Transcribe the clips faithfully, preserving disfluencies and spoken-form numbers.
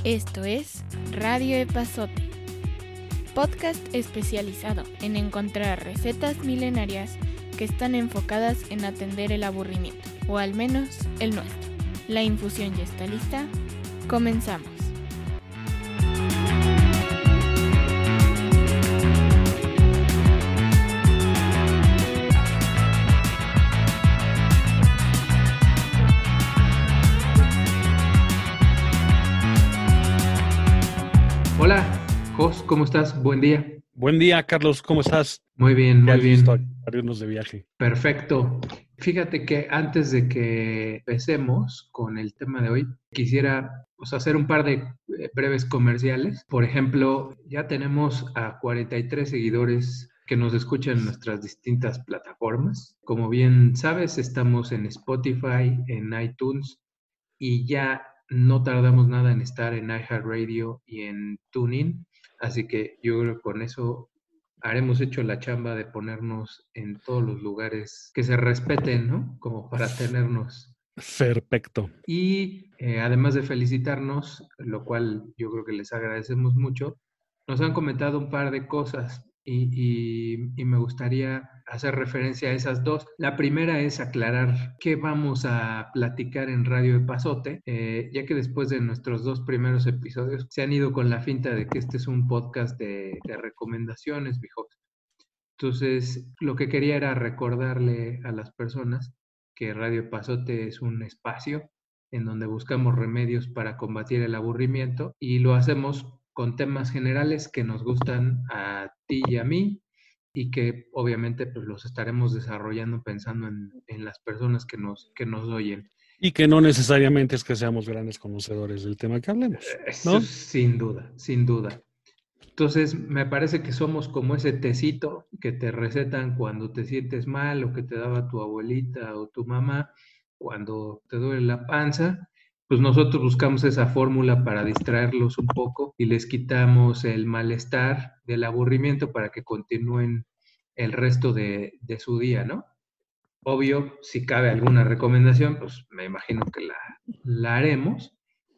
Esto es Radio Epazote, podcast especializado en encontrar recetas milenarias que están enfocadas en atender el aburrimiento, o al menos el nuestro. La infusión ya está lista, comenzamos. Hola, Jos, ¿cómo estás? Buen día. Buen día, Carlos, ¿cómo estás? Muy bien, muy Ya bien. listo para irnos de viaje. Perfecto. Fíjate que antes de que empecemos con el tema de hoy, quisiera pues, hacer un par de eh, breves comerciales. Por ejemplo, ya tenemos a cuarenta y tres seguidores que nos escuchan en nuestras distintas plataformas. Como bien sabes, estamos en Spotify, en iTunes y ya no tardamos nada en estar en iHeartRadio y en TuneIn. Así que yo creo que con eso haremos hecho la chamba de ponernos en todos los lugares que se respeten, ¿no? Como para tenernos. Perfecto. Y eh, además de felicitarnos, lo cual yo creo que les agradecemos mucho, nos han comentado un par de cosas y, y, y me gustaría hacer referencia a esas dos. La primera es aclarar qué vamos a platicar en Radio Epazote, eh, ya que después de nuestros dos primeros episodios se han ido con la finta de que este es un podcast de, de recomendaciones, viejo. Entonces, lo que quería era recordarle a las personas que Radio Epazote es un espacio en donde buscamos remedios para combatir el aburrimiento y lo hacemos con temas generales que nos gustan a ti y a mí y que obviamente pues, los estaremos desarrollando pensando en, en las personas que nos, que nos oyen. Y que no necesariamente es que seamos grandes conocedores del tema que hablemos, Eso ¿no? sin duda, sin duda. Entonces, me parece que somos como ese tecito que te recetan cuando te sientes mal o que te daba tu abuelita o tu mamá cuando te duele la panza. Pues nosotros buscamos esa fórmula para distraerlos un poco y les quitamos el malestar del aburrimiento para que continúen el resto de, de su día, ¿no? Obvio, si cabe alguna recomendación, pues me imagino que la, la haremos,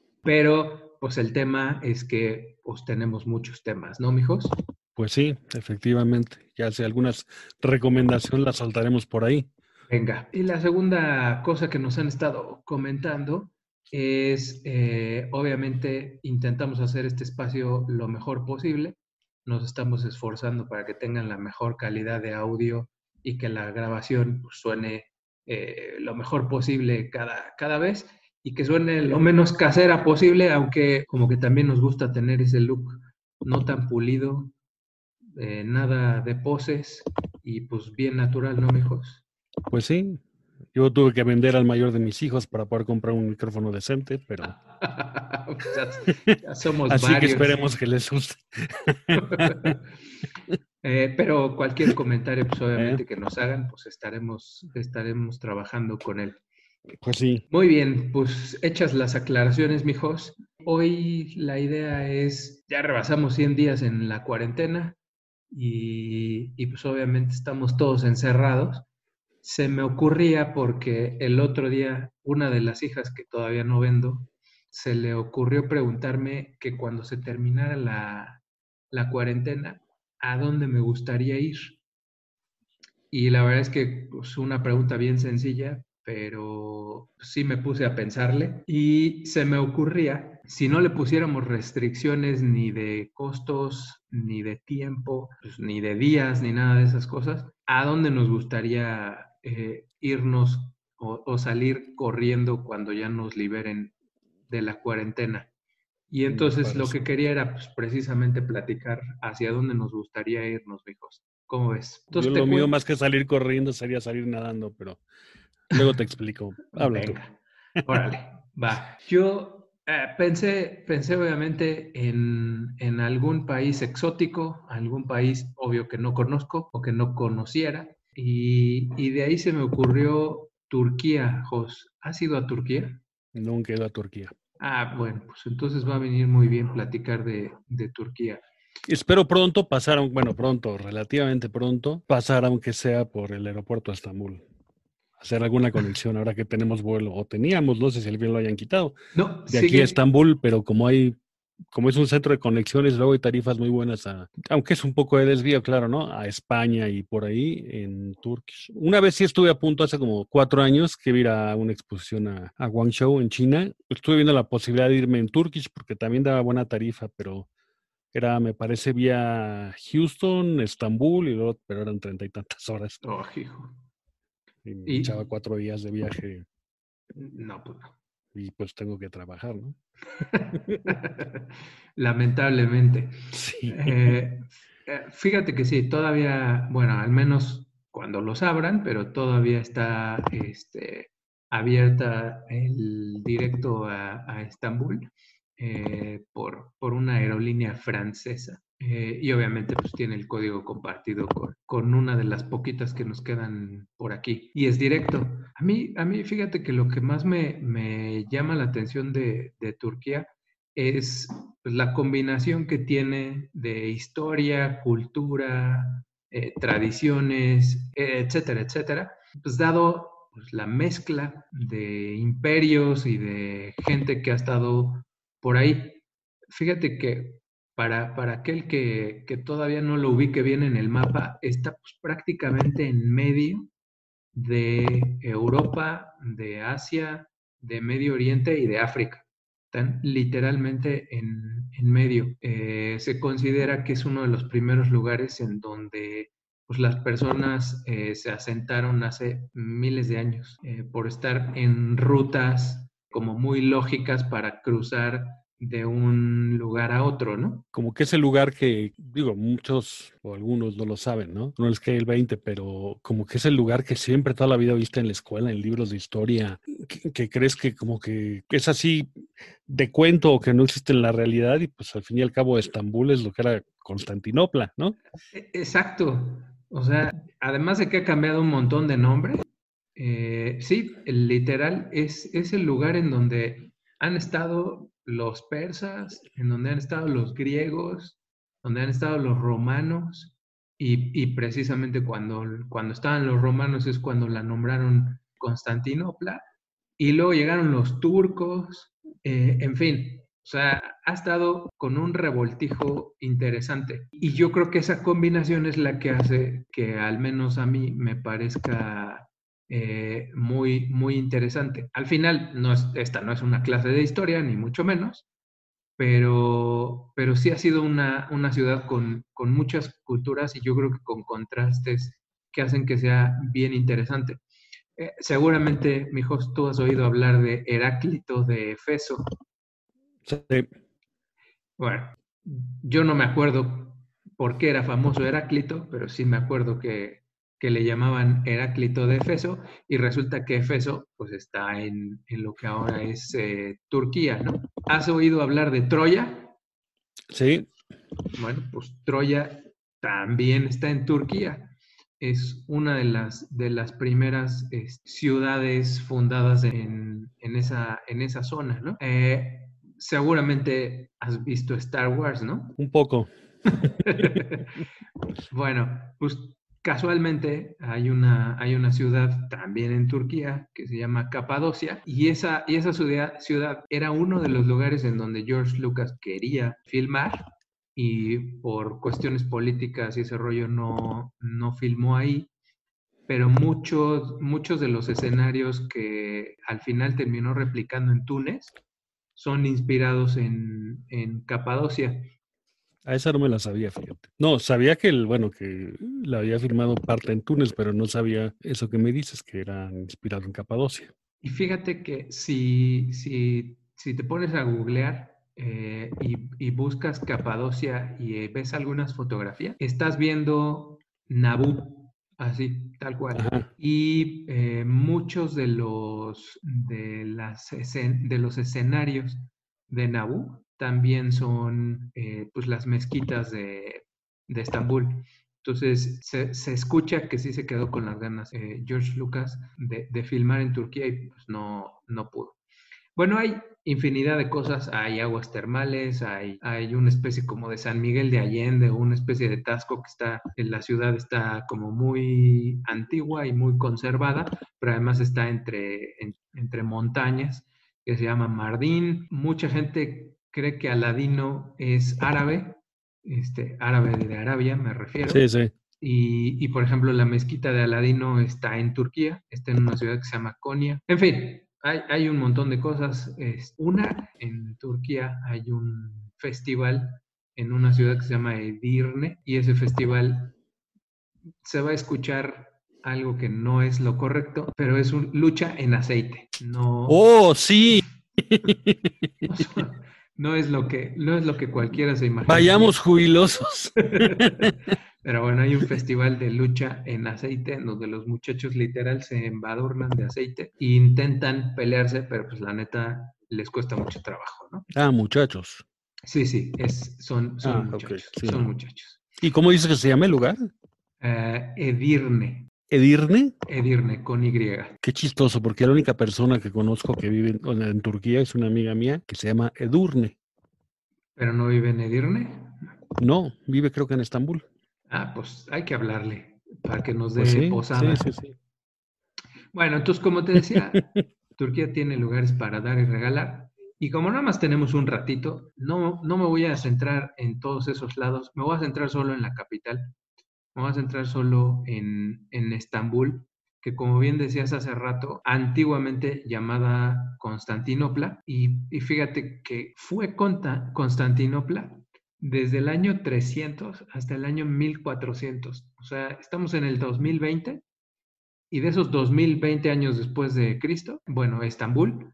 pero pues el tema es que pues tenemos muchos temas, ¿no, mijos? Pues sí, efectivamente. Ya si algunas recomendaciones las saltaremos por ahí. Venga, y la segunda cosa que nos han estado comentando es, eh, obviamente, intentamos hacer este espacio lo mejor posible. Nos estamos esforzando para que tengan la mejor calidad de audio y que la grabación pues, suene eh, lo mejor posible cada, cada vez y que suene lo menos casera posible, aunque como que también nos gusta tener ese look no tan pulido, eh, nada de poses y pues bien natural, ¿no, mijos? Pues sí, yo tuve que vender al mayor de mis hijos para poder comprar un micrófono decente, pero... ya, ya somos Así varios. que esperemos que les guste. eh, pero cualquier comentario, pues obviamente ¿Eh? que nos hagan, pues estaremos, estaremos trabajando con él. Pues sí. Muy bien, pues hechas las aclaraciones, mijos. Hoy la idea es, ya rebasamos cien días en la cuarentena y, y pues obviamente estamos todos encerrados. Se me ocurría porque el otro día una de las hijas que todavía no vendo, se le ocurrió preguntarme que cuando se terminara la, la cuarentena, ¿a dónde me gustaría ir? Y la verdad es que es pues, una pregunta bien sencilla, pero sí me puse a pensarle y se me ocurría, si no le pusiéramos restricciones ni de costos, ni de tiempo, pues, ni de días, ni nada de esas cosas, ¿a dónde nos gustaría eh, irnos o, o salir corriendo cuando ya nos liberen de la cuarentena? Y entonces lo que quería era pues, precisamente platicar hacia dónde nos gustaría irnos, mijos. ¿Cómo ves? Entonces, Yo te lo mío cuento. más que salir corriendo sería salir nadando, pero luego te explico. Habla tú. Venga, órale, va. Yo eh, pensé, pensé obviamente en, en algún país exótico, algún país obvio que no conozco o que no conociera. Y, y de ahí se me ocurrió Turquía, Jos. ¿Has ido a Turquía? Nunca he ido a Turquía. Ah, bueno, pues entonces va a venir muy bien platicar de, de Turquía. Espero pronto pasar, bueno, pronto, relativamente pronto, pasar aunque sea por el aeropuerto de Estambul. Hacer alguna conexión ahora que tenemos vuelo, o teníamos, no sé si el bien lo hayan quitado, No, de aquí a sigue. Estambul, pero como hay como es un centro de conexiones, luego hay tarifas muy buenas, a, aunque es un poco de desvío, claro, ¿no? A España y por ahí en Turkish. Una vez sí estuve a punto, hace como cuatro años, que iba a ir a una exposición a, a Guangzhou, en China. Estuve viendo la posibilidad de irme en Turkish porque también daba buena tarifa, pero era, me parece, vía Houston, Estambul, y luego, pero eran treinta y tantas horas. Oh, hijo. Y me Y echaba cuatro días de viaje no, pues no. y pues tengo que trabajar, ¿no? Lamentablemente. Sí. Eh, eh, fíjate que sí, todavía, bueno, al menos cuando los abran, pero todavía está este, abierta el directo a, a Estambul eh, por, por una aerolínea francesa. Eh, y obviamente pues tiene el código compartido con, con una de las poquitas que nos quedan por aquí. Y es directo. A mí, a mí fíjate que lo que más me, me llama la atención de, de Turquía es pues, la combinación que tiene de historia, cultura, eh, tradiciones, eh, etcétera, etcétera. Pues dado pues, la mezcla de imperios y de gente que ha estado por ahí. Fíjate que para, para aquel que, que todavía no lo ubique bien en el mapa, está pues, prácticamente en medio de Europa, de Asia, de Medio Oriente y de África. Están literalmente en, en medio. Eh, se considera que es uno de los primeros lugares en donde pues, las personas eh, se asentaron hace miles de años eh, por estar en rutas como muy lógicas para cruzar de un lugar a otro, ¿no? Como que es el lugar que, digo, muchos o algunos no lo saben, ¿no? No les cae el veinte, pero como que es el lugar que siempre toda la vida viste en la escuela, en libros de historia, que, que crees que como que es así de cuento o que no existe en la realidad y pues al fin y al cabo Estambul es lo que era Constantinopla, ¿no? E- Exacto. O sea, además de que ha cambiado un montón de nombre, eh, sí, el literal es, es el lugar en donde han estado los persas, en donde han estado los griegos, donde han estado los romanos, y, y precisamente cuando, cuando estaban los romanos es cuando la nombraron Constantinopla, y luego llegaron los turcos, eh, en fin, o sea, ha estado con un revoltijo interesante. Y yo creo que esa combinación es la que hace que al menos a mí me parezca eh, muy, muy interesante. Al final, no es, esta no es una clase de historia, ni mucho menos, pero, pero sí ha sido una, una ciudad con, con muchas culturas y yo creo que con contrastes que hacen que sea bien interesante. Eh, seguramente, mijos, tú has oído hablar de Heráclito de Efeso. Sí. Bueno, yo no me acuerdo por qué era famoso Heráclito, pero sí me acuerdo que, que le llamaban Heráclito de Efeso y resulta que Efeso pues está en, en lo que ahora es eh, Turquía, ¿no? ¿Has oído hablar de Troya? Sí. Bueno, pues Troya también está en Turquía. Es una de las, de las primeras eh, ciudades fundadas en, en, esa, en esa zona, ¿no? Eh, seguramente has visto Star Wars, ¿no? Un poco. Bueno, pues casualmente hay una, hay una ciudad también en Turquía que se llama Capadocia y esa, y esa ciudad, ciudad era uno de los lugares en donde George Lucas quería filmar y por cuestiones políticas y ese rollo no, no filmó ahí, pero muchos, muchos de los escenarios que al final terminó replicando en Túnez son inspirados en, en Capadocia. A esa no me la sabía, fíjate. No, sabía que el, bueno, que la había firmado parte en Túnez, pero no sabía eso que me dices, que era inspirado en Capadocia. Y fíjate que si, si, si te pones a googlear eh, y, y buscas Capadocia y eh, ves algunas fotografías, estás viendo Nabú, así, tal cual. Ajá. Y eh, muchos de los, de, las escen- de los escenarios de Nabú también son eh, pues las mezquitas de, de Estambul. Entonces se, se, escucha que sí se quedó con las ganas eh, George Lucas de, de, filmar en Turquía y pues no, no pudo. Bueno, hay infinidad de cosas, hay aguas termales, hay, hay una especie como de San Miguel de Allende, una especie de Tasco que está en la ciudad, está como muy antigua y muy conservada, pero además está entre, en, entre montañas, que se llama Mardin. Mucha gente cree que Aladino es árabe, este, árabe de Arabia me refiero. Sí, sí. Y, y, por ejemplo, la mezquita de Aladino está en Turquía, está en una ciudad que se llama Konya. En fin, hay, hay un montón de cosas. Es, una, en Turquía hay un festival en una ciudad que se llama Edirne, y ese festival se va a escuchar algo que no es lo correcto, pero es un, lucha en aceite. No, ¡Oh, sí! no, no es lo que, no es lo que cualquiera se imagina. Vayamos jubilosos. Pero bueno, hay un festival de lucha en aceite en donde los muchachos literal se embadurnan de aceite e intentan pelearse, pero pues la neta les cuesta mucho trabajo, ¿no? Ah, muchachos. Sí, sí, es, son, son Ah, muchachos, okay, sí, son no. muchachos. ¿Y cómo dices que se llama el lugar? Uh, Edirne. ¿Edirne? Edirne, con Y. Qué chistoso, porque la única persona que conozco que vive en, en Turquía es una amiga mía que se llama Edurne. ¿Pero no vive en Edirne? No, vive creo que en Estambul. Ah, pues hay que hablarle para que nos dé Pues sí, posada. sí, sí, sí. Bueno, entonces, como te decía, Turquía tiene lugares para dar y regalar. Y como nada más tenemos un ratito, no, no me voy a centrar en todos esos lados, me voy a centrar solo en la capital, me voy a centrar solo en, en Estambul, que como bien decías hace rato, antiguamente llamada Constantinopla, y, y fíjate que fue Conta, Constantinopla desde el año trescientos hasta el año mil cuatrocientos. O sea, estamos en el dos mil veinte, y de esos dos mil veinte años después de Cristo, bueno, Estambul,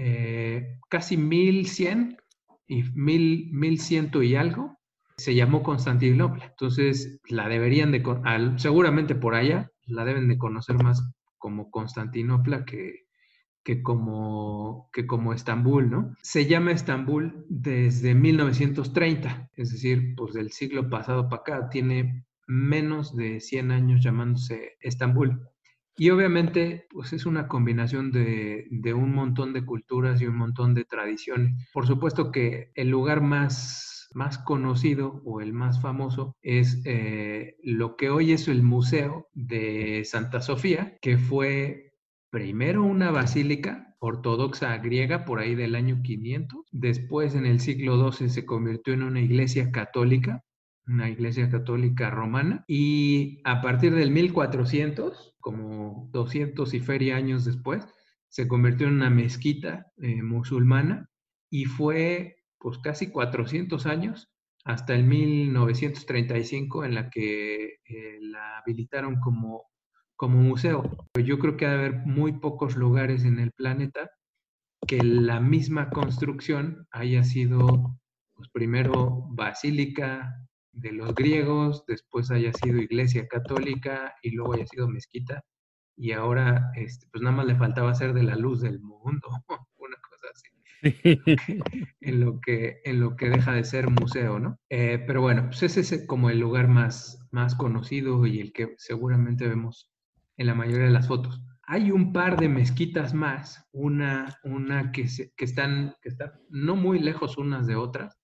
eh, casi mil cien y mil, mil ciento y algo, se llamó Constantinopla. Entonces, la deberían de, al, seguramente por allá, la deben de conocer más como Constantinopla que, que, como, que como Estambul, ¿no? Se llama Estambul desde mil novecientos treinta, es decir, pues del siglo pasado para acá, tiene menos de cien años llamándose Estambul. Y obviamente, pues es una combinación de, de un montón de culturas y un montón de tradiciones. Por supuesto que el lugar más, más conocido o el más famoso es eh, lo que hoy es el Museo de Santa Sofía, que fue primero una basílica ortodoxa griega por ahí del año quinientos. Después, en el siglo doce, se convirtió en una iglesia católica, una iglesia católica romana, y a partir del mil cuatrocientos, como doscientos y feria años después, se convirtió en una mezquita eh, musulmana, y fue pues casi cuatrocientos años hasta el mil novecientos treinta y cinco en la que eh, la habilitaron como, como museo. Yo creo que ha de haber muy pocos lugares en el planeta que la misma construcción haya sido pues primero basílica de los griegos, después haya sido iglesia católica y luego haya sido mezquita, y ahora este, pues nada más le faltaba ser de la luz del mundo, una cosa así, en lo que, en lo que deja de ser museo, ¿no? Eh, pero bueno, pues ese es como el lugar más, más conocido y el que seguramente vemos en la mayoría de las fotos. Hay un par de mezquitas más, una, una que, se, que, están, que están no muy lejos unas de otras.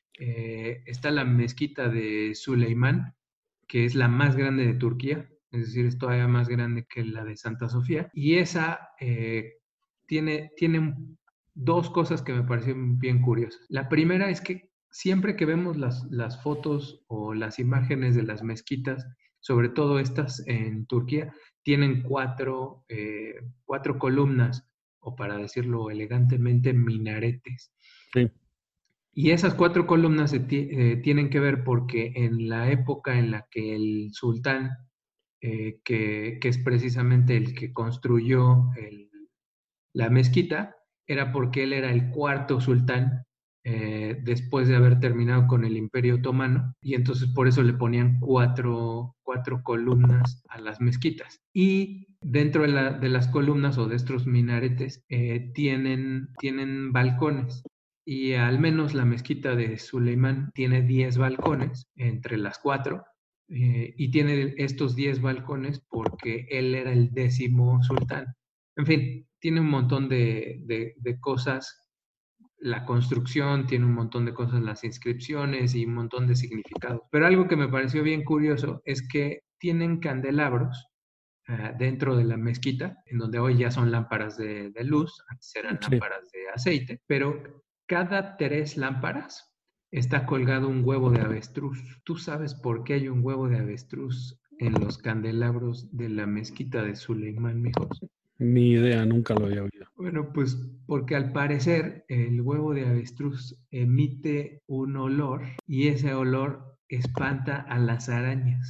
Eh, está la mezquita de Suleimán, que es la más grande de Turquía, es decir, es todavía más grande que la de Santa Sofía. Y esa eh, tiene, tiene dos cosas que me parecen bien curiosas. La primera es que siempre que vemos las, las fotos o las imágenes de las mezquitas, sobre todo estas en Turquía, tienen cuatro, eh, cuatro columnas, o para decirlo elegantemente, minaretes. Sí. Y esas cuatro columnas se eh, tienen que ver porque en la época en la que el sultán, eh, que, que, es precisamente el que construyó el, la mezquita, era porque él era el cuarto sultán eh, después de haber terminado con el Imperio Otomano, y entonces por eso le ponían cuatro, cuatro columnas a las mezquitas. Y dentro de, la, de las columnas o de estos minaretes eh, tienen, tienen balcones. Y al menos la mezquita de Suleimán tiene diez balcones entre las cuatro, eh, y tiene estos diez balcones porque él era el décimo sultán. En fin, tiene un montón de, de, de cosas, la construcción tiene un montón de cosas, las inscripciones y un montón de significados. Pero algo que me pareció bien curioso es que tienen candelabros uh, dentro de la mezquita, en donde hoy ya son lámparas de, de luz, antes eran Sí. lámparas de aceite, pero cada tres lámparas está colgado un huevo de avestruz. ¿Tú sabes por qué hay un huevo de avestruz en los candelabros de la mezquita de Suleimán, mijos? Ni idea, nunca lo había oído. Bueno, pues porque al parecer el huevo de avestruz emite un olor y ese olor espanta a las arañas.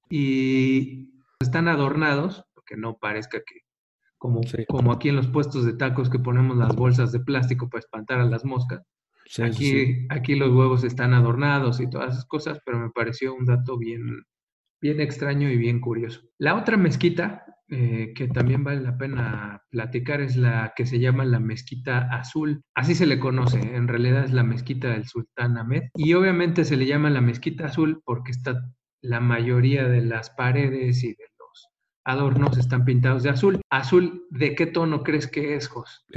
Y están adornados, porque no parezca que, como, Sí. como aquí en los puestos de tacos que ponemos las bolsas de plástico para espantar a las moscas. Sí, Aquí, sí, sí. aquí los huevos están adornados y todas esas cosas, pero me pareció un dato bien, bien extraño y bien curioso. La otra mezquita eh, que también vale la pena platicar es la que se llama la Mezquita Azul. Así se le conoce, en realidad es la Mezquita del Sultán Ahmed. Y obviamente se le llama la Mezquita Azul porque está la mayoría de las paredes y de los adornos están pintados de azul. ¿Azul de qué tono crees que es, Jos?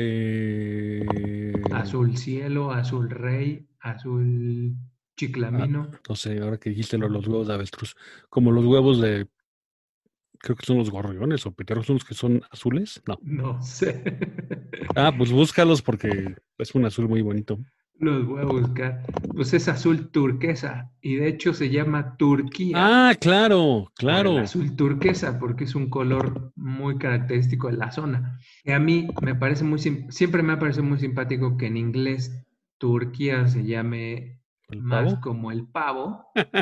Eh... Azul cielo, azul rey, azul chiclamino. Ah, no sé, ahora que dijiste lo, los huevos de avestruz, como los huevos de, creo que son los gorriones o peteros, son los que son azules. No. No sé. Ah, pues búscalos porque es un azul muy bonito. Los voy a buscar. Pues es azul turquesa y de hecho se llama Turquía. Ah, claro, Por claro. el azul turquesa porque es un color muy característico de la zona. Y a mí me parece muy, siempre me ha parecido muy simpático que en inglés Turquía se llame ¿El más pavo? como el pavo,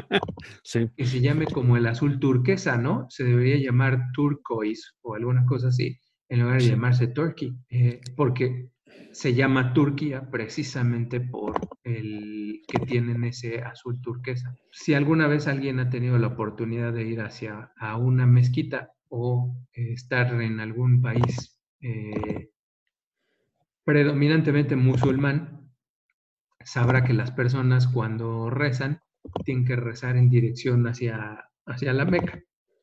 Sí. que se llame como el azul turquesa, ¿no? Se debería llamar turquoise o alguna cosa así, en lugar de Sí. llamarse Turkey, eh, porque se llama Turquía precisamente por el que tienen ese azul turquesa. Si alguna vez alguien ha tenido la oportunidad de ir hacia a una mezquita o eh, estar en algún país eh, predominantemente musulmán, sabrá que las personas cuando rezan tienen que rezar en dirección hacia, hacia la Meca.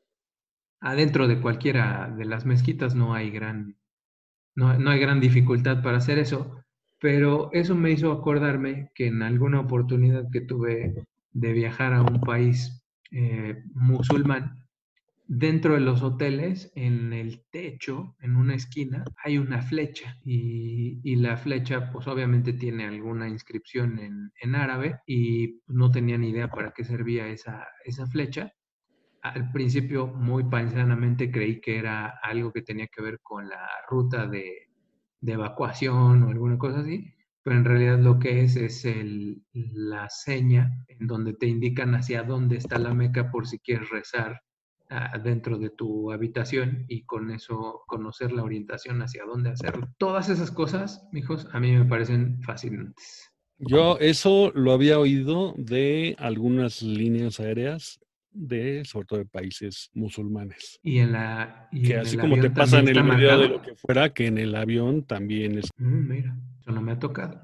Adentro de cualquiera de las mezquitas no hay gran, no, no hay gran dificultad para hacer eso, pero eso me hizo acordarme que en alguna oportunidad que tuve de viajar a un país eh, musulmán, dentro de los hoteles, en el techo, en una esquina, hay una flecha y, y la flecha pues obviamente tiene alguna inscripción en, en árabe y no tenía ni idea para qué servía esa, esa flecha. Al principio, muy paisanamente, creí que era algo que tenía que ver con la ruta de, de evacuación o alguna cosa así, pero en realidad lo que es es el, la seña en donde te indican hacia dónde está la Meca por si quieres rezar uh, dentro de tu habitación y con eso conocer la orientación hacia dónde hacerlo. Todas esas cosas, mijos, a mí me parecen fascinantes. Yo eso lo había oído de algunas líneas aéreas de, sobre todo de países musulmanes. Y en la y Que en así el como te avión también pasan está el video de marcado. lo que fuera, que en el avión también es Mm, mira, eso no me ha tocado.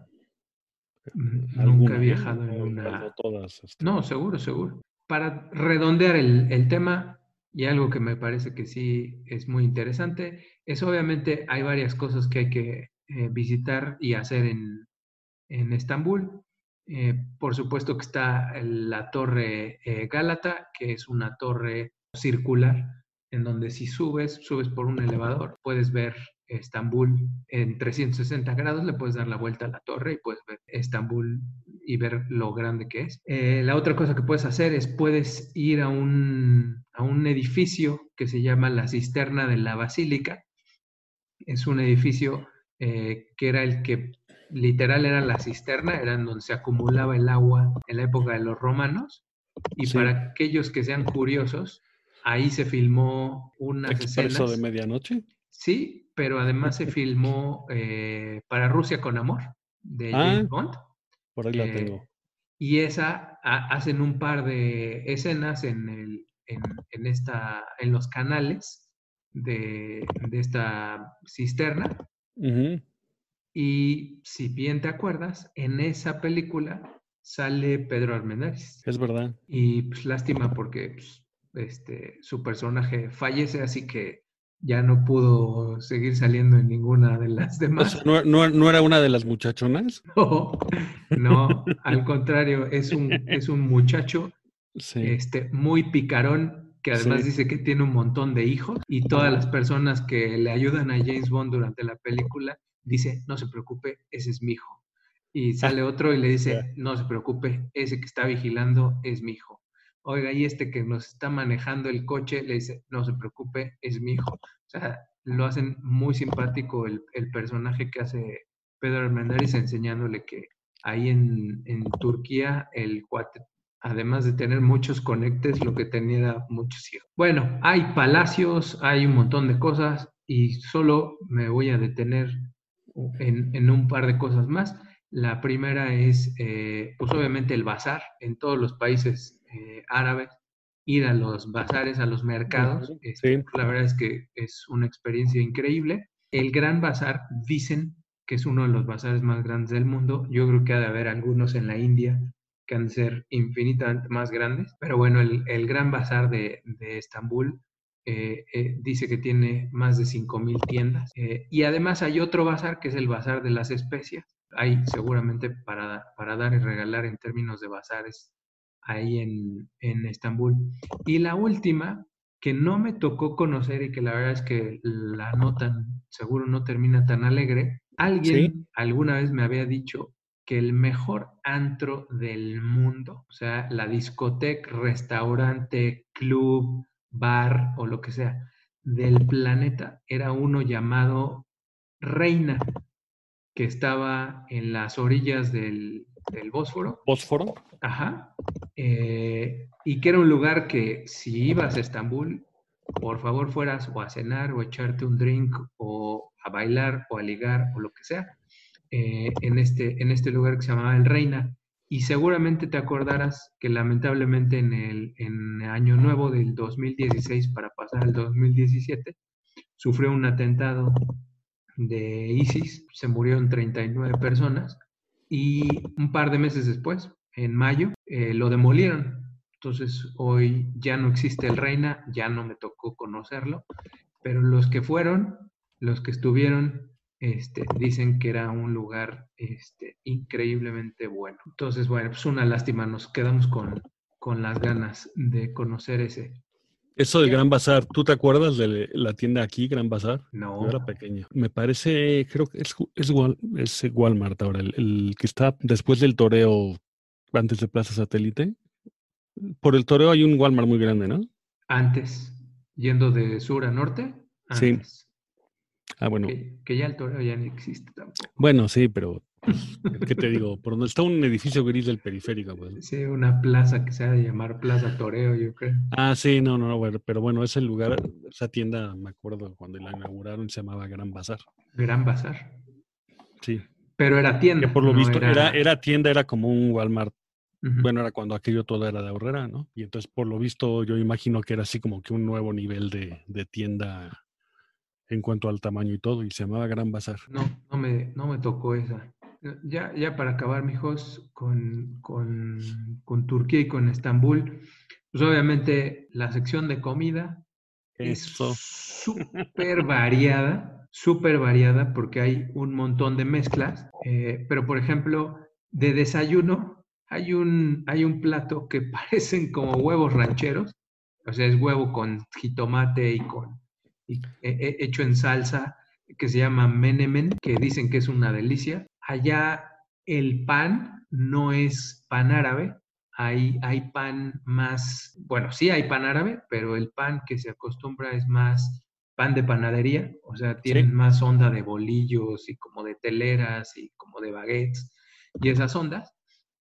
Mm, Nunca he alguna, ¿eh? viajado en No, igual no una... todas. Este. No, seguro, seguro. Para redondear el, el tema, y algo que me parece que sí es muy interesante, es obviamente hay varias cosas que hay que eh, visitar y hacer en, en Estambul. Eh, por supuesto que está la torre eh, Gálata, que es una torre circular, en donde si subes, subes por un elevador, puedes ver Estambul en trescientos sesenta grados, le puedes dar la vuelta a la torre y puedes ver Estambul y ver lo grande que es. Eh, la otra cosa que puedes hacer es puedes ir a un, a un edificio que se llama la Cisterna de la Basílica. Es un edificio eh, que era el que literal era la cisterna, era en donde se acumulaba el agua en la época de los romanos. Y Sí. para aquellos que sean curiosos, ahí se filmó unas ¿Expreso escenas. de medianoche? Sí, pero además se filmó eh, Para Rusia con Amor, de Ah, James Bond. por ahí la Eh, tengo. y esa a, hacen un par de escenas en, el, en, en, esta, en los canales de, de esta cisterna. Uh-huh. Y si bien te acuerdas, en esa película sale Pedro Armendáriz. Es verdad. Y pues lástima porque pues, este, su personaje fallece, así que ya no pudo seguir saliendo en ninguna de las O demás. sea, ¿no, no, no era una de las muchachonas? No, no, al contrario, es un, es un muchacho Sí. este, muy picarón, que además Sí. dice que tiene un montón de hijos y todas las personas que le ayudan a James Bond durante la película dice, no se preocupe, ese es mi hijo. Y sale otro y le dice, no se preocupe, ese que está vigilando es mi hijo. Oiga, y este que nos está manejando el coche le dice, no se preocupe, es mi hijo. O sea, lo hacen muy simpático el, el personaje que hace Pedro Armendáriz, enseñándole que ahí en, en Turquía el cuate, además de tener muchos conectes, lo que tenía era muchos hijos. Bueno, hay palacios, hay un montón de cosas y solo me voy a detener en, en un par de cosas más. La primera es, eh, pues obviamente el bazar en todos los países eh, árabes, ir a los bazares, a los mercados. Este, Sí. la verdad es que es una experiencia increíble. El Gran Bazar, dicen que es uno de los bazares más grandes del mundo. Yo creo que ha de haber algunos en la India que han de ser infinitamente más grandes. Pero bueno, el, el Gran Bazar de, de Estambul eh, eh, dice que tiene más de cinco mil tiendas. Eh, y además hay otro bazar que es el Bazar de las Especias. Hay seguramente para, para dar y regalar en términos de bazares ahí en, en Estambul. Y la última, que no me tocó conocer y que la verdad es que la notan, seguro no termina tan alegre. Alguien Sí. alguna vez me había dicho que el mejor antro del mundo, o sea, la discoteca, restaurante, club, bar o lo que sea, del planeta, era uno llamado Reina, que estaba en las orillas del, del Bósforo. Bósforo. Ajá. Eh, y que era un lugar que si ibas a Estambul, por favor fueras o a cenar o a echarte un drink o a bailar o a ligar o lo que sea, eh, en, este, en este lugar que se llamaba El Reina. Y seguramente te acordarás que lamentablemente en el en Año Nuevo del dos mil dieciséis para pasar al dos mil diecisiete sufrió un atentado de ISIS, se murieron treinta y nueve personas y un par de meses después, en mayo, eh, lo demolieron. Entonces hoy ya no existe el Reina, ya no me tocó conocerlo, pero los que fueron, los que estuvieron, este, dicen que era un lugar este, increíblemente bueno. Entonces, bueno, pues una lástima, nos quedamos con, con las ganas de conocer ese. Eso del Ya. Gran Bazar, ¿tú te acuerdas de la tienda aquí, Gran Bazar? No. Yo era pequeño. Me parece, creo que es, es, Wal- es Walmart ahora, el, el que está después del Toreo, antes de Plaza Satélite. Por el Toreo hay un Walmart muy grande, ¿no? Antes, yendo de sur a norte, Sí. antes. Ah, bueno. Que, que ya el toreo ya no existe tampoco. Bueno, sí, pero pues, ¿qué te digo? Por donde está un edificio gris del periférico, pues. Sí, una plaza que se ha de llamar Plaza Toreo, yo creo. Ah, sí, no, no, no, bueno, pero bueno, ese lugar, esa tienda, me acuerdo cuando la inauguraron, se llamaba Gran Bazar. Gran Bazar. Sí. Pero era tienda, Que por lo no visto era, era... era tienda, era como un Walmart. Ujú. Bueno, era cuando aquello todo era de Aurrera, ¿no? Y entonces, por lo visto, yo imagino que era así como que un nuevo nivel de, de tienda en cuanto al tamaño y todo, y se llamaba Gran Bazar. No, no me, no me tocó esa. Ya, ya para acabar, mijos, con, con, con Turquía y con Estambul, pues obviamente la sección de comida es Eso. súper variada, súper variada porque hay un montón de mezclas. Eh, pero, por ejemplo, de desayuno hay un, hay un plato que parecen como huevos rancheros. O sea, es huevo con jitomate y con y, eh, hecho en salsa que se llama menemen, que dicen que es una delicia. Allá el pan no es pan árabe, hay, hay pan más, bueno, sí hay pan árabe, pero el pan que se acostumbra es más pan de panadería, o sea, tienen Sí. más onda de bolillos y como de teleras y como de baguettes y esas ondas.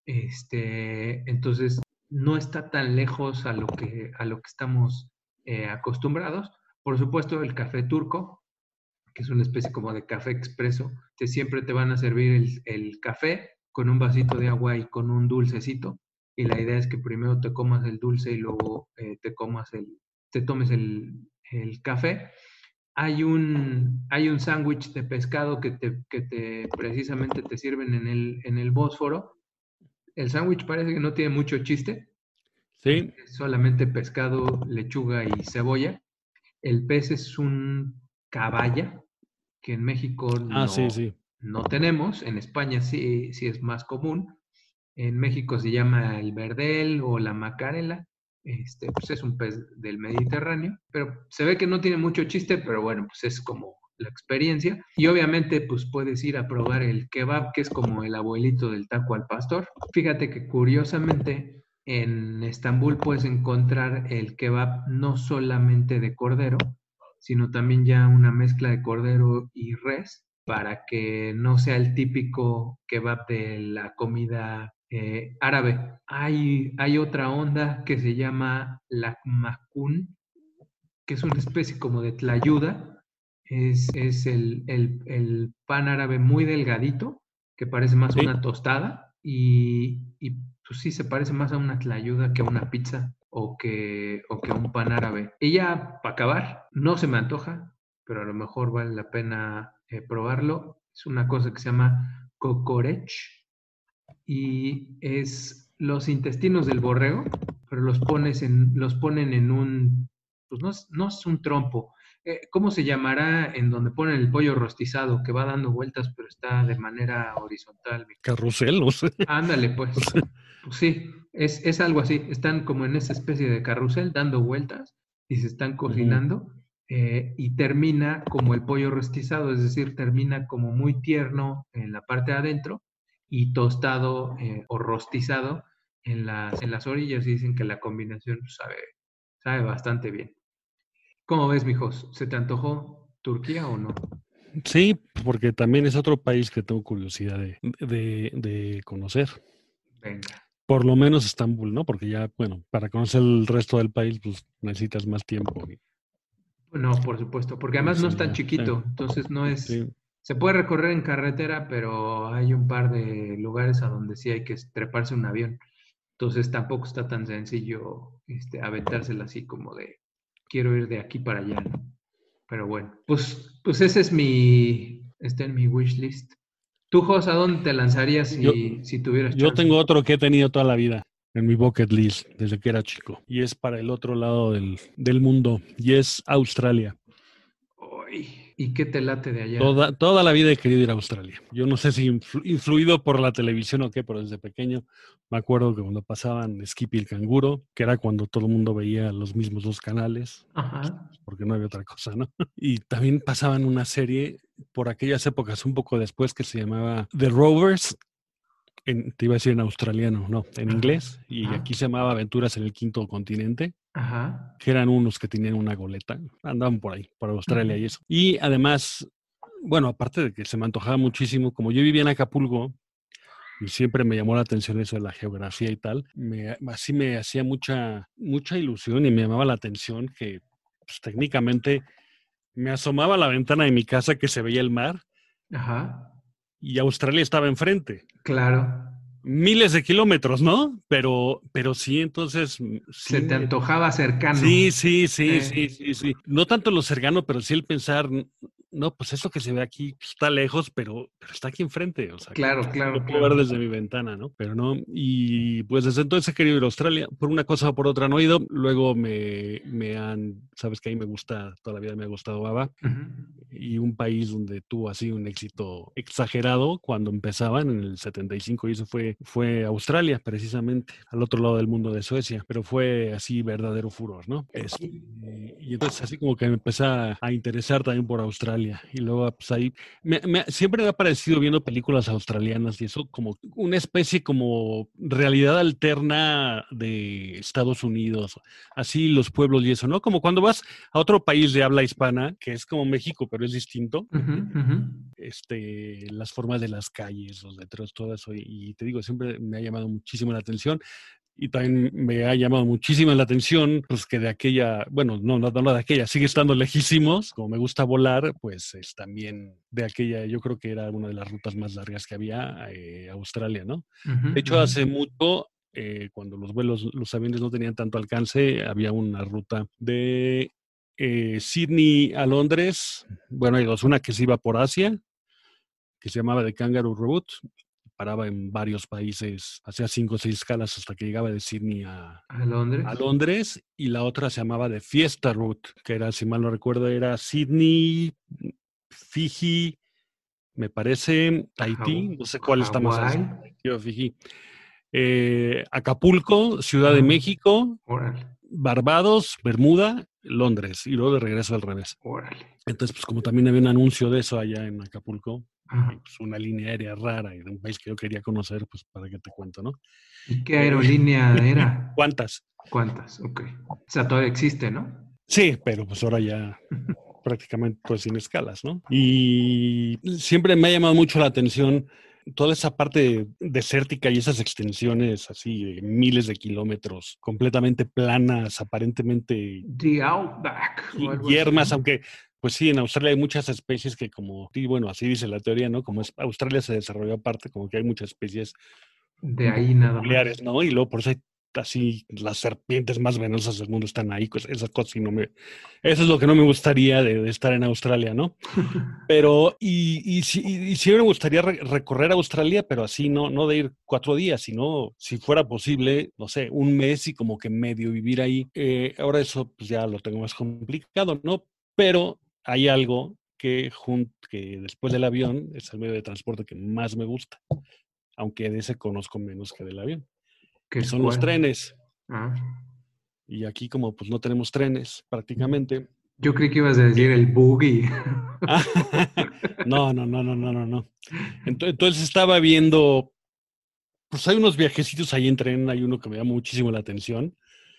Este, entonces, no está tan lejos a lo que, a lo que estamos eh, acostumbrados. Por supuesto, el café turco, que es una especie como de café expreso, que siempre te van a servir el, el café con un vasito de agua y con un dulcecito. Y la idea es que primero te comas el dulce y luego eh, te comas el, te tomes el, el café. Hay un, hay un sándwich de pescado que te, que te precisamente te sirven en el, en el Bósforo. El sándwich parece que no tiene mucho chiste. Sí. Es solamente pescado, lechuga y cebolla. El pez es un caballa, que en México Ah, no, sí, sí. no tenemos. En España sí, sí es más común. En México se llama el verdel o la macarela. Este, pues es un pez del Mediterráneo. Pero se ve que no tiene mucho chiste, pero bueno, pues es como la experiencia. Y obviamente, pues puedes ir a probar el kebab, que es como el abuelito del taco al pastor. Fíjate que curiosamente en Estambul puedes encontrar el kebab no solamente de cordero, sino también ya una mezcla de cordero y res, para que no sea el típico kebab de la comida eh, árabe. Hay, hay otra onda que se llama lahmacun, que es una especie como de tlayuda. Es, es el, el, el pan árabe muy delgadito, que parece más Sí. una tostada, y, y pues sí se parece más a una tlayuda que a una pizza o que, o que a un pan árabe. Y ya, para acabar, no se me antoja, pero a lo mejor vale la pena eh, probarlo. Es una cosa que se llama kokorech, y es los intestinos del borrego, pero los pones en, los ponen en un, pues no es, no es un trompo. Eh, ¿cómo se llamará en donde ponen el pollo rostizado, que va dando vueltas, pero está de manera horizontal? Carrusel, no sé. Ándale, pues. Pues sí, es, es algo así. Están como en esa especie de carrusel dando vueltas y se están cocinando. Eh, y termina como el pollo rostizado, es decir, termina como muy tierno en la parte de adentro y tostado eh, o rostizado en las, en las orillas, y dicen que la combinación sabe, sabe bastante bien. ¿Cómo ves, mijos? ¿Se te antojó Turquía o no? Sí, porque también es otro país que tengo curiosidad de, de, de conocer. Venga. Por lo menos Estambul, ¿no? Porque ya, bueno, para conocer el resto del país, pues necesitas más tiempo. No, por supuesto, porque Y además no sí, es tan ya, chiquito, entonces no es, sí, se puede recorrer en carretera, pero hay un par de lugares a donde sí hay que treparse un avión, entonces tampoco está tan sencillo este, aventársela así como de quiero ir de aquí para allá, ¿no? Pero bueno, pues, pues ese es mi, está en mi wish list. Tú, Jos, ¿a dónde te lanzarías Yo, si, si tuvieras yo chance? tengo otro que he tenido toda la vida en mi bucket list desde que era chico y es para el otro lado del, del mundo y es Australia. Uy, ¿y qué te late de allá? Toda, toda la vida he querido ir a Australia. Yo no sé si influ- influido por la televisión o qué, pero desde pequeño me acuerdo que cuando pasaban Skippy el canguro, que era cuando todo el mundo veía los mismos dos canales, Ajá, porque no había otra cosa, ¿no? Y también pasaban una serie por aquellas épocas, un poco después, que se llamaba The Rovers. En, te iba a decir en australiano, no, en ajá, inglés, y ajá, aquí se llamaba Aventuras en el Quinto Continente, ajá. que eran unos que tenían una goleta, andaban por ahí, por Australia y Ujú. eso. Y además, bueno, aparte de que se me antojaba muchísimo, como yo vivía en Acapulco y siempre me llamó la atención eso de la geografía y tal, me, así me hacía mucha, mucha ilusión y me llamaba la atención que pues, técnicamente me asomaba a la ventana de mi casa que se veía el mar Ajá, y Australia estaba enfrente. claro. Miles de kilómetros, ¿no? Pero, pero sí, entonces, mm, Se sí te me... antojaba cercano. Sí, sí, sí, Eh, sí, sí, sí. No tanto lo cercano, pero sí el pensar, n- no, pues esto que se ve aquí pues, está lejos, pero, pero está aquí enfrente, o sea, que claro, lo claro, puedo ver claro. desde mi ventana, ¿no? Pero no, y pues desde entonces he querido ir a Australia, por una cosa o por otra no he ido, luego me, me han, sabes que ahí me gusta, toda la vida me ha gustado ABBA, Ujú. y un país donde tuvo así un éxito exagerado cuando empezaban en el setenta y cinco y eso fue, fue Australia, precisamente, al otro lado del mundo de Suecia, pero fue así verdadero furor, ¿no? Este, y entonces así como que me empecé a, a interesar también por Australia y luego pues ahí, me, me- siempre me ha parecido viendo películas australianas y eso como una especie como realidad alterna de Estados Unidos, así los pueblos y eso, ¿no? Como cuando vas a otro país de habla hispana, que es como México, pero es distinto, Ujú, ujú. este, las formas de las calles, los letreros, todo eso, y, y te digo, siempre me ha llamado muchísimo la atención. Y también me ha llamado muchísimo la atención, pues que de aquella, bueno, no, no, no de aquella, sigue estando lejísimos. Como me gusta volar, pues es también de aquella, yo creo que era una de las rutas más largas que había, eh, Australia, ¿no? Ujú, De hecho, ujú. hace mucho, eh, cuando los vuelos, los aviones no tenían tanto alcance, había una ruta de eh, Sydney a Londres. Bueno, hay dos, una que se iba por Asia, que se llamaba The Kangaroo Route, paraba en varios países, hacía cinco o seis escalas hasta que llegaba de Sydney a, ¿A a Londres? Londres, y la otra se llamaba The Fiesta Route, que era, si mal no recuerdo, era Sydney, Fiji, me parece, Tahití, Haw- no sé cuál está más al Hawái. sur, Tahití o Fiji. Eh, Acapulco, Ciudad de Ajá. México, Órale. Barbados, Bermuda Londres y luego de regreso al revés. Órale. Entonces, pues como también había un anuncio de eso allá en Acapulco, Ajá. y, pues, una línea aérea rara y de un país que yo quería conocer, pues para qué te cuento, ¿no? ¿Y qué Eh, aerolínea era? ¿Cuántas? ¿Cuántas? Ok. O sea, todavía existe, ¿no? Sí, pero pues ahora ya prácticamente pues sin escalas, ¿no? Y siempre me ha llamado mucho la atención toda esa parte desértica y esas extensiones así de miles de kilómetros, completamente planas, aparentemente The Outback o algo así, yermas, ¿no? aunque pues sí, en Australia hay muchas especies que como, y bueno, así dice la teoría, ¿no? Como es, Australia se desarrolló aparte, como que hay muchas especies De un poco ahí nada peculiares, más. ¿no? Y luego por eso hay así las serpientes más venenosas del mundo están ahí, pues esas cosas sí no me, eso es lo que no me gustaría de, de estar en Australia, ¿no? Pero, y, y, sí- y, y sí me gustaría re- recorrer Australia, pero así no, no de ir cuatro días, sino si fuera posible, no sé, un mes y como que medio vivir ahí. Eh, ahora eso pues ya lo tengo más complicado, ¿no? Pero hay algo que, jun- que después del avión es el medio de transporte que más me gusta, aunque de ese conozco menos que del avión, ¿Qué y es son los cuál? trenes. Ah. Y aquí como pues no tenemos trenes prácticamente. Yo creí que ibas a decir eh, el buggy. no, no, no, no, no, no, no. Ento- Entonces estaba viendo, pues hay unos viajecitos ahí en tren, hay uno que me llama muchísimo la atención,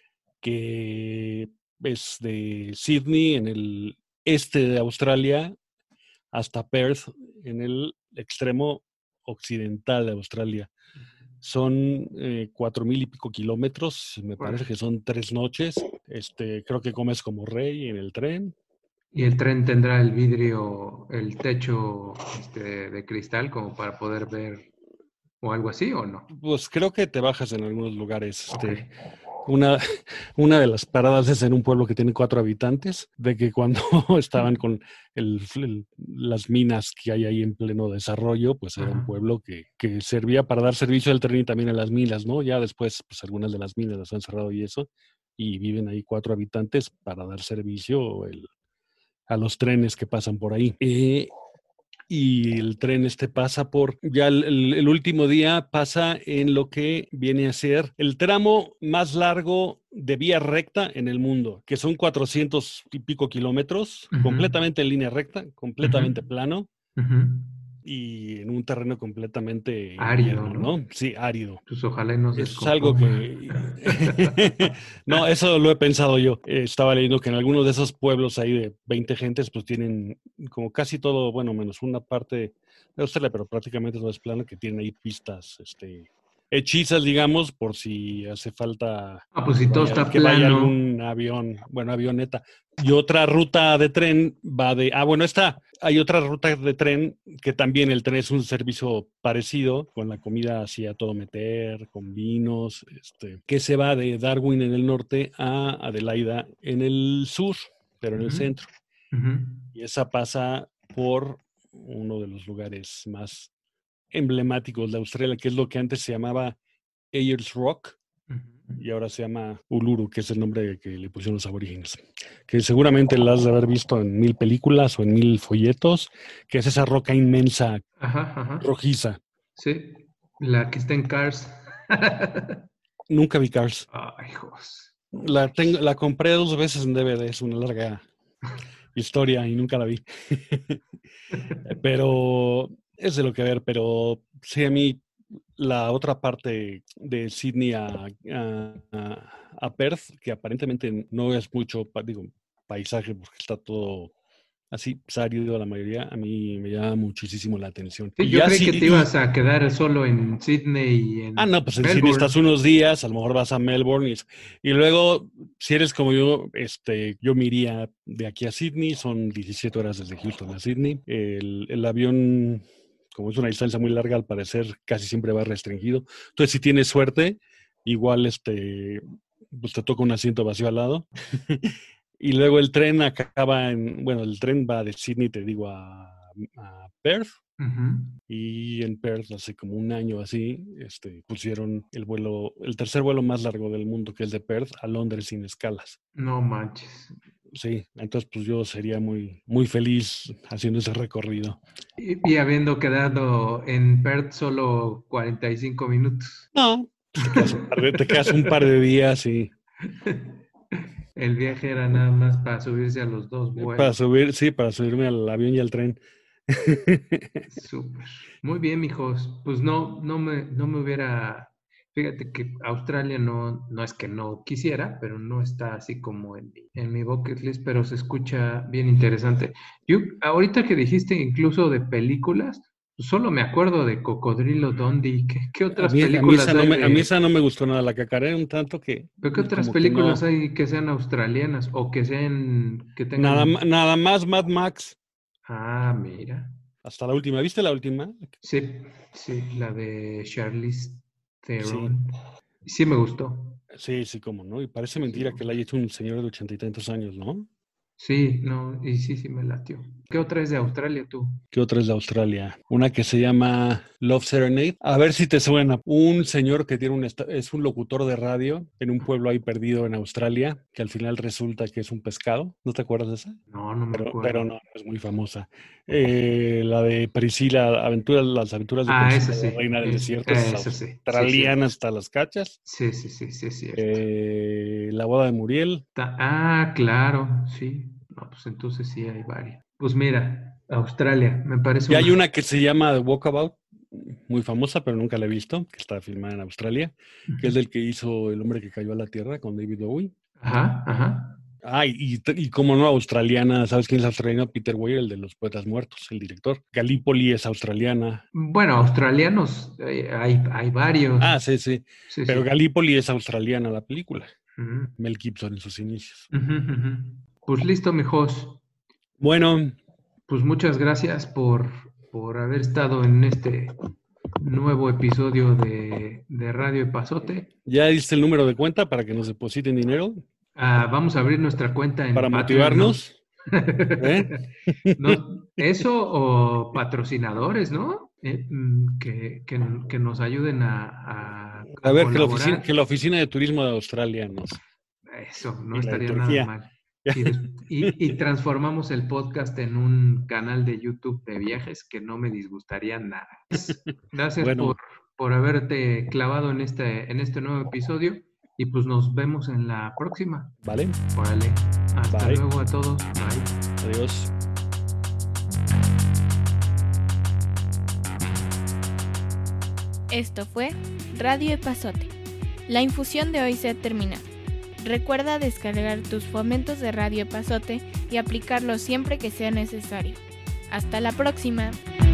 que es de Sydney, en el este de Australia, hasta Perth, en el extremo occidental de Australia. Son eh, cuatro mil y pico kilómetros, me parece que son tres noches. Este, creo que comes como rey en el tren. ¿Y el tren tendrá el vidrio, el techo este, de cristal como para poder ver o algo así o no? Pues creo que te bajas en algunos lugares. Ok. Este, una, una de las paradas es en un pueblo que tiene cuatro habitantes, de que cuando estaban con el, el- las minas que hay ahí en pleno desarrollo, pues era un Ajá. pueblo que, que servía para dar servicio al tren y también a las minas, ¿no? Ya después, pues algunas de las minas las han cerrado y eso, y viven ahí cuatro habitantes para dar servicio el- a los trenes que pasan por ahí. Eh, y el tren este pasa por, ya el, el- el último día pasa en lo que viene a ser el tramo más largo de vía recta en el mundo, que son cuatrocientos y pico kilómetros, Ujú, completamente en línea recta, ujú, completamente plano ujú. y en un terreno completamente Árido, invierno, ¿no? ¿no? Sí, árido. Pues ojalá y no se Eso es algo descomponga. que... no, eso lo he pensado yo. Eh, Estaba leyendo que en algunos de esos pueblos ahí de veinte gentes, pues tienen como casi todo, bueno, menos una parte de Australia, pero prácticamente todo es plano, que tienen ahí pistas, este, hechizas, digamos, por si hace falta Ah, pues que si todo vaya, está que vaya plano. algún avión, bueno, avioneta. Y otra ruta de tren va de, ah, bueno, está, hay otra ruta de tren que también el tren es un servicio parecido, con la comida así a todo meter, con vinos, este, que se va de Darwin en el norte a Adelaida en el sur, pero en el Ujú, centro. ujú, Y esa pasa por uno de los lugares más emblemáticos de Australia, que es lo que antes se llamaba Ayers Rock, ujú. y ahora se llama Uluru, que es el nombre que le pusieron los aborígenes, que seguramente la has de haber visto en mil películas o en mil folletos, que es esa roca inmensa Ajá, ajá. rojiza. Sí, la que está en Cars. Nunca vi Cars. Ay, hijos. No La, tengo, manches. la compré dos veces en D V D, es una larga historia y nunca la vi. Pero es de lo que ver, pero sí, a mí la otra parte de Sydney a, a, a- a Perth, que aparentemente no es mucho, pa- digo, paisaje, porque está todo así, árido la mayoría, a mí me llama muchísimo la atención. Sí, Y yo ya creí sí, que te y, ibas a quedar solo en Sydney y ah, en no, pues en Sydney estás Melbourne. unos días, a lo mejor vas a Melbourne y, y luego, si eres como yo, este, yo me iría de aquí a Sydney, son diecisiete horas desde Houston a Sydney. El, el avión, como es una distancia muy larga, al parecer casi siempre va restringido. Entonces, si tienes suerte, igual este, pues te toca un asiento vacío al lado. Y luego el tren acaba en, bueno, el tren va de Sydney, te digo, a, a Perth. Ujú. Y en Perth, hace como un año así, este, pusieron el vuelo, el tercer vuelo más largo del mundo, que es de Perth a Londres sin escalas. No manches. Sí, entonces pues yo sería muy, muy feliz haciendo ese recorrido. Y, y habiendo quedado en Perth solo cuarenta y cinco minutos. No, pues te quedas un par de, te quedas un par de días y El viaje era nada más para subirse a los dos vuelos. Para subir, sí, para subirme al avión y al tren. Súper. Muy bien, mijos. Pues no, no me, no me hubiera. Fíjate que Australia no, no es que no quisiera, pero no está así como en mi, en mi bucket list, pero se escucha bien interesante. Yo, ahorita que dijiste incluso de películas, pues solo me acuerdo de Cocodrilo Dundee. ¿Qué, qué A otras mí, a mí películas esa no hay me, a mí de- esa no me gustó nada, la cacaré un tanto que ¿Pero qué y otras como que películas no. hay que sean australianas o que sean, que Nada, tengan... ma- nada más Mad Max, Ah, mira. hasta la última. ¿Viste la última? Sí, sí, la de Charlize Sí, Theron. Sí me gustó. sí, sí, cómo no. Y parece Sí me mentira que la gustó. haya hecho un señor de ochenta y tantos años, ¿no? Sí, no, y sí, sí me latió. ¿Qué otra es de Australia tú? ¿Qué otra es de Australia? Una que se llama Love Serenade. A ver si te suena. Un señor que tiene un esta- es un locutor de radio en un pueblo ahí perdido en Australia, que al final resulta que es un pescado. ¿No te acuerdas de esa? No, no me Pero, acuerdo. pero no, es muy famosa. Eh, la de Priscila, aventuras, las aventuras de Ah, esa Priscila, la sí, reina del es, desierto, es esa sí, sí es australiana cierto. hasta las cachas. Sí, sí, sí, sí es cierto. Eh, la boda de Muriel. Ta- ah, claro, sí. No, pues entonces sí hay varias. Pues mira, Australia, me parece Y hay una. una que se llama The Walkabout, muy famosa, pero nunca la he visto, que está filmada en Australia, que es del que hizo El hombre que cayó a la tierra con David Bowie. Ajá, ajá. Ah, y, y, y como no, australiana, ¿sabes quién es australiano? Peter Weir, el de Los Poetas Muertos, el director. Gallipoli es australiana. Bueno, australianos, eh, hay, hay varios. Ah, sí, sí. Sí, Pero sí. Gallipoli es australiana la película. Ujú, Mel Gibson en sus inicios. ujú, ujú. Pues listo, mijos. Bueno, Pues muchas gracias por, por haber estado en este nuevo episodio de, de Radio Epazote. ¿ya diste el número de cuenta para que nos depositen dinero? Ah, vamos a abrir nuestra cuenta en Para Patreon, ¿no? motivarnos. ¿Eh? No, eso o patrocinadores, ¿no? Eh, mm, que, que, que nos ayuden a, a- A a ver, que la, oficina, que colaborar. la oficina de turismo de Australia nos. Eso, no Y la de estaría nada Turquía. mal. Y, des- y, y transformamos el podcast en un canal de YouTube de viajes que no me disgustaría nada. Gracias por, Bueno, por haberte clavado en este, en este nuevo episodio y pues nos vemos en la próxima. vale. Órale, hasta Bye. luego a todos. Bye. Adiós. Esto fue Radio Epazote. La infusión de hoy se ha terminado. Recuerda descargar tus fomentos de Radio Epazote y aplicarlos siempre que sea necesario. Hasta la próxima.